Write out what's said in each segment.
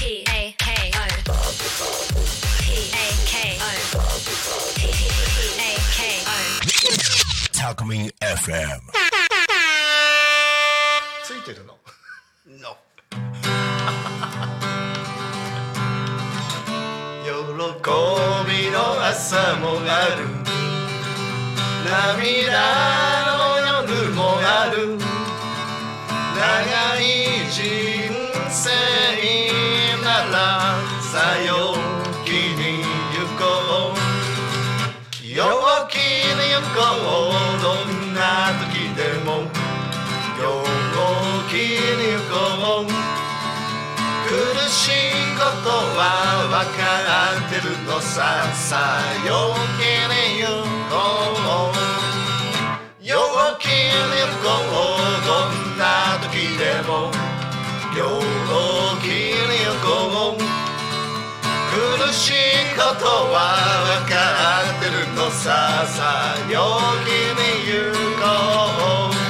タコミン FM ついてるのの喜びの朝もある涙の夜もある長い人生ならさよきに行こう陽気に行こうどんな時でも陽気に行こう苦しいことは分かってるのささ陽気に行こう陽気に行こうどんな時でも陽気に行こう苦しいことは分かってるのささ陽気に行こう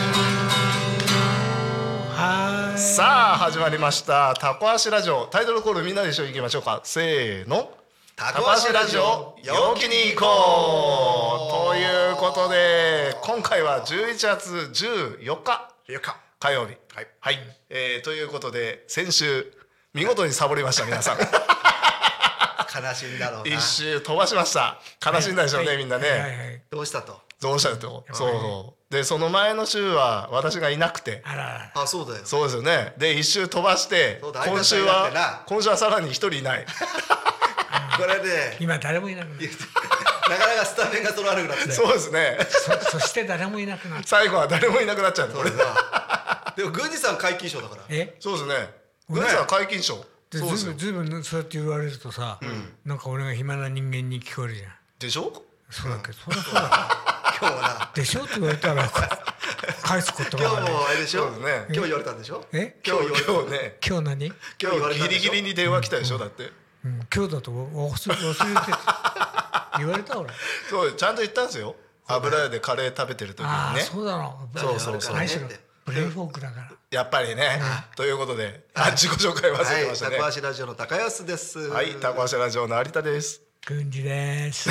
さあ始まりましたタコ足ラジオ。タイトルコールみんなで一緒に行きましょうか。せーの、タコ足ラジオ陽気に行こうということで今回は11月14日火曜日、はいはい、ということで先週見事にサボりました皆さん悲しいんだろうな。 一周飛ばしました。悲しいんだでしょうね、みんなね、はいはい、 どうしたとそうそうでその前の週は私がいなくてあそうだよそうですよね。で一周飛ばして今週はさらに一人いないこれで今誰もいなくなってなかなかスタメンが取らなくなってそうですねそして誰もいなくなって最後は誰もいなくなっちゃうのこれでも郡司さん皆勤賞だからそうですね。郡司さん皆勤賞ずいぶんそうやって言われるとさ、なんか俺が暇な人間に聞こえるじゃんでしょ。 そうだけど、そうだ今日もなでしょって言われたら返す言葉がね今日もあれでしょ、 そうですね。 今日言われたんでしょ。 今日ね今日何今日ギリギリに電話来たでしょだって、 今日だと忘れて言われた俺そうちゃんと言ったんですよ。油屋でカレー食べてる時にね。 そうだろそう何しろブレインフォークだからやっぱりね、ということで自己紹介忘れてましたね。 タコ足ラジオの高安です。 はいタコ足ラジオの有田です。 郡司です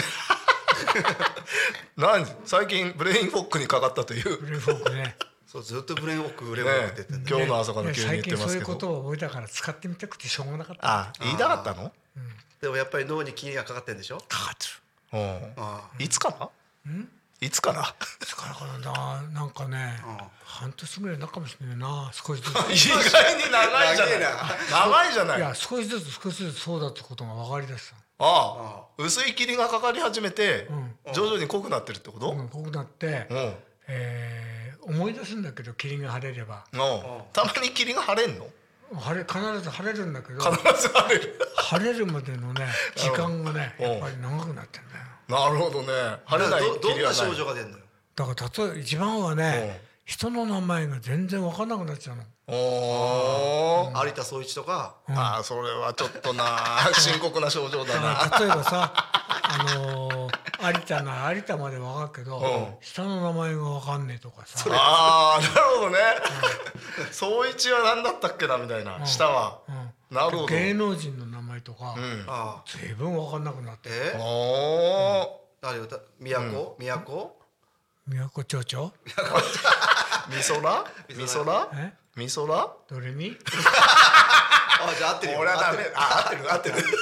最近ブレインフォックにかかったというブレインフォークねそうずっとブレインフォックって言ってたね。 今日の朝から急に言ってますけど最近そういうことを覚えたから使ってみたくてしょうがなかった。 あ言いたかったの。 でもやっぱり脳に気がかかってんでしょ。 かかってる。 いつかないつかななんかね半年ぐらいなかもしれないな少しずつ意外に長いじゃない長いじゃない。 いや少しずつそうだってことが分かりだした。 薄い霧がかかり始めて徐々に濃くなってるってこと。 濃くなって思い出すんだけど霧が晴れればたまに霧が晴れんの。 必ず晴れるんだけど必ず晴れる晴れるまでのね時間がねやっぱり長くなってんだよ。 なるほどね。晴れない霧はない。 どんな症状が出るのよ。 だから例えば一番はね人の名前が全然分かんなくなっちゃうの。 有田総一とかそれはちょっとな深刻な症状だな。 例えばさ有田なら有田まで分かるけど下の名前が分かんねえとかさ。 なるほどね。総一は何だったっけなみたいな下は。なるほど。 芸能人の名前とか随分分かんなくなって。 誰歌都町長みそらどれみじゃあ合ってるよ。 俺はダメ。合ってるなんだよ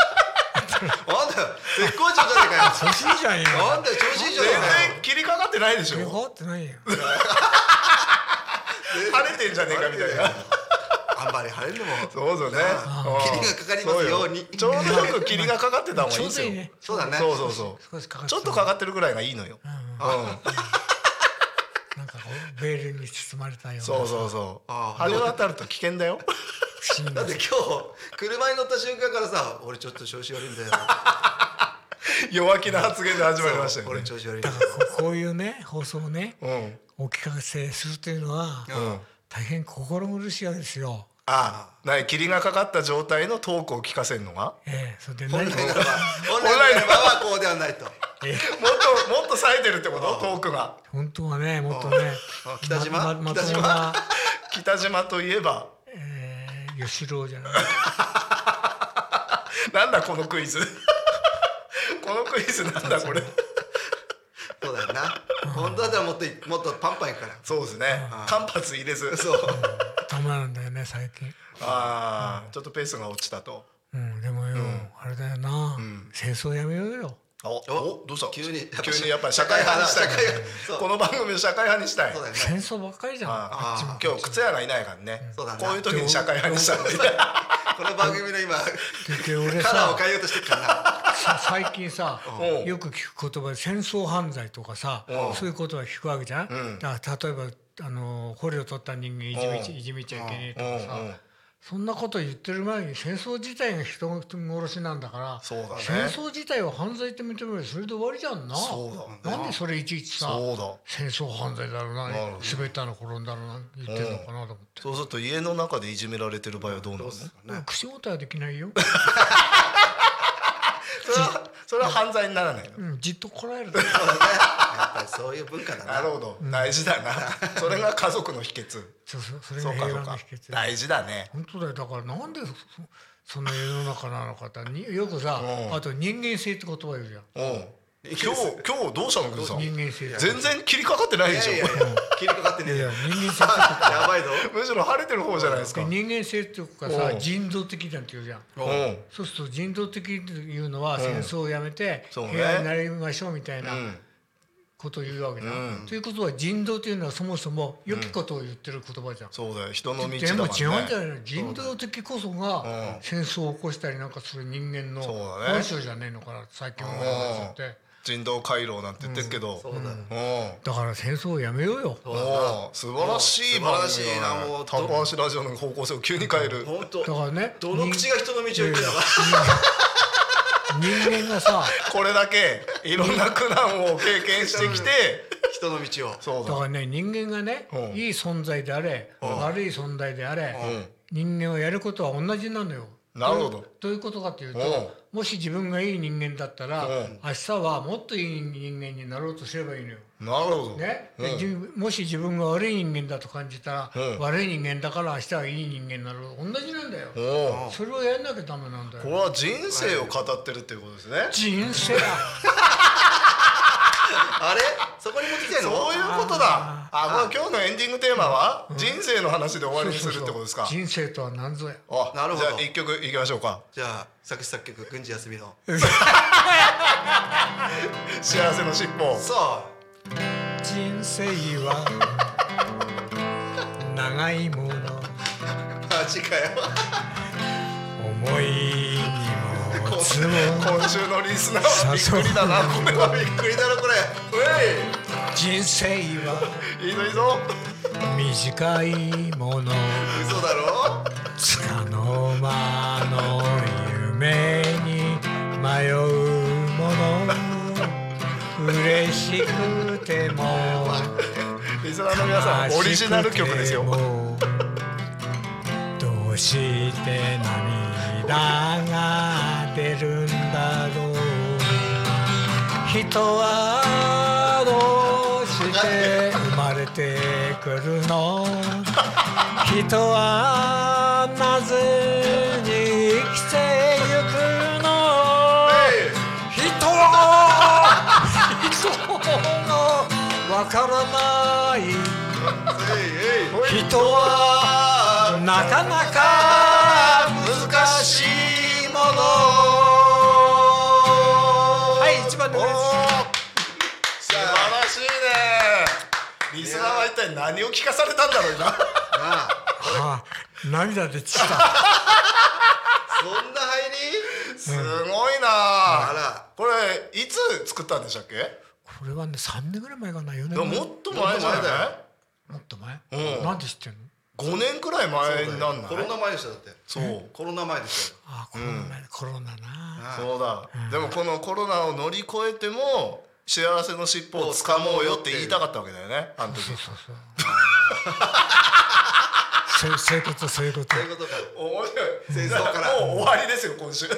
絶好調じゃねえかよ。 調子いいじゃんよ。 なんだよ調子いいじゃねえかよ。 全然切りかかってないでしょ。 切りかかってないよ。 晴れてんじゃねえかみたいな。 あんまり晴れるのもそうそうね。 霧がかかりますように。 ちょうどよく霧がかかってた方がいいんですよ。 そうだね。 そうちょっとかかってるぐらいがいいのよ。 なんかこうベールに包まれたような。 そう晴れ渡ると危険だよ。 だって今日車に乗った瞬間からさ俺ちょっと調子悪いんだよ。 弱気な発言で始まりましたよね。 俺調子悪い。 だからこういうね放送をねお聞かせするというのは大変心苦しいですよ。 霧がかかった状態のトークを聞かせるのがそれで本来ならばはこうではないと。 もっと冴えてるってことトークが。 本当はねもっとね北島まともな北島といえば吉郎じゃないなんだこのクイズこのクイズなんだこれそうだよな。本当だったらもっとパンパンいくから。 そうですね、間髪入れずそうダメなんだよね最近。 ちょっとペースが落ちたと。 でもよ、あれだよな、戦争やめようよ。 おどうした急にやっぱり社会派にしたいそうこの番組を社会派にしたい。 そうだよね。 戦争ばっかりじゃん。あっちも今日靴屋がいないからね、 そうだねこういう時に社会派にしたんでこの番組の今で俺カラーをさ変えようとしてるからな。 最近さよく聞く言葉で戦争犯罪とかさそういう言葉聞くわけじゃん。だから例えば捕虜を取った人間いじめちゃいけねえとかさ、そんなこと言ってる前に戦争自体が人殺しなんだから、 そうだね、 戦争自体を犯罪って認めるそれで終わりじゃんな。 そうだなんでそれいちいちさそうだ戦争犯罪だろうな滑ったの転んだろうな言ってるのかなと思って。 そうすると家の中でいじめられてる場合はどうなるの？ 口答えはできないよそれは犯罪にならないの？ じっとこらえるそうだね。やっぱりそういう文化だな。 なるほど、大事だなそれが家族の秘訣。 そうそれが平和の秘訣。 大事だね。 本当だよ。だからなんでそんな世の中なのかってよくさ、あと人間性って言葉言うじゃん。 今日どうしたのグズさん？ 人間性全然切りかかってないでしょ。 切りかかってねえよ。 人間性ってやばいぞ。 むしろ晴れてる方じゃないですか。 人間性っていうかさ人道的なんて言うじゃん。そうすると人道的っていうのは戦争をやめて平和になりましょうみたいなことを言うわけだ。ということは人道というのはそもそも良きことを言ってる言葉じゃん。 そうだよ、人の道だでももんね。 違うんじゃないの。人道的こそが戦争を起こしたりなんかする人間の本性じゃねえのかな最近思ってて。 人道回廊なんて言ってるけど、 だから戦争をやめようよ。 素晴らしい番組素晴らしいな。もう高橋ラジオの方向性を急に変える。 本当。 だからねどの口が人の道を行くのか。 人間がさこれだけいろんな苦難を経験してきて人の道を。 そうだからね人間がねいい存在であれ悪い存在であれ人間はやることは同じなのよ。 なるほど。 どういうことかというともし自分がいい人間だったら明日はもっといい人間になろうとすればいいのよ。 なるほどね、もし自分が悪い人間だと感じたら悪い人間だから明日はいい人間になる同じなんだよ。それをやんなきゃダメなんだよ。 これは人生を語ってるっていうことですね。 人生あれそこに持ってきてるの。 そういうことだ。これ今日のエンディングテーマは人生の話で終わりにするってことですか。 人生とは何ぞや。 なるほど。 じゃあ一曲いきましょうか。 じゃあ作詞作曲郡司康美の幸せのしっぽ。 そう人生は長いものマジかよ。 思いにもつも今週のリスナーはびっくりだな。これはびっくりだろこれ。 人生はいいぞいいぞ。 短いもの嘘だろ。 つかの間の夢に迷うもの嬉しくてもリスナーの皆さんオリジナル曲ですよ。 どうして涙が出るんだろう。人はどうして生まれてくるの。人はなぜに生きてゆくの。人のわからない人はなかなか難しいもの。はい1番でございます。 素晴らしいね。リスナーは一体何を聞かされたんだろう今。 涙出てきた。 そんな入り。 すごいな。これいつ作ったんでしたっけ。 これはね3年ぐらい前かな4年前。 もっと前じゃない。 もっと前。なんで知ってんの。 5年くらい前になんない。 コロナ前でしただって。 そうコロナ前でしたよ。 コロナな。 そうだ。でもこのコロナを乗り越えても幸せの尻尾をつかもうよって言いたかったわけだよねあの時。 そういうことそういうこと。 そういうことか。 面白い。 戦争からもう終わりですよ今週。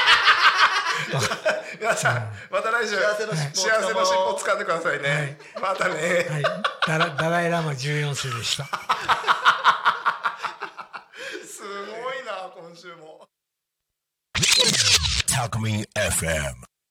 皆さんまた来週幸せの尻尾を掴んでくださいね。またね。 ダライラマ14世でした。 すごいな今週も。 Talk Me FM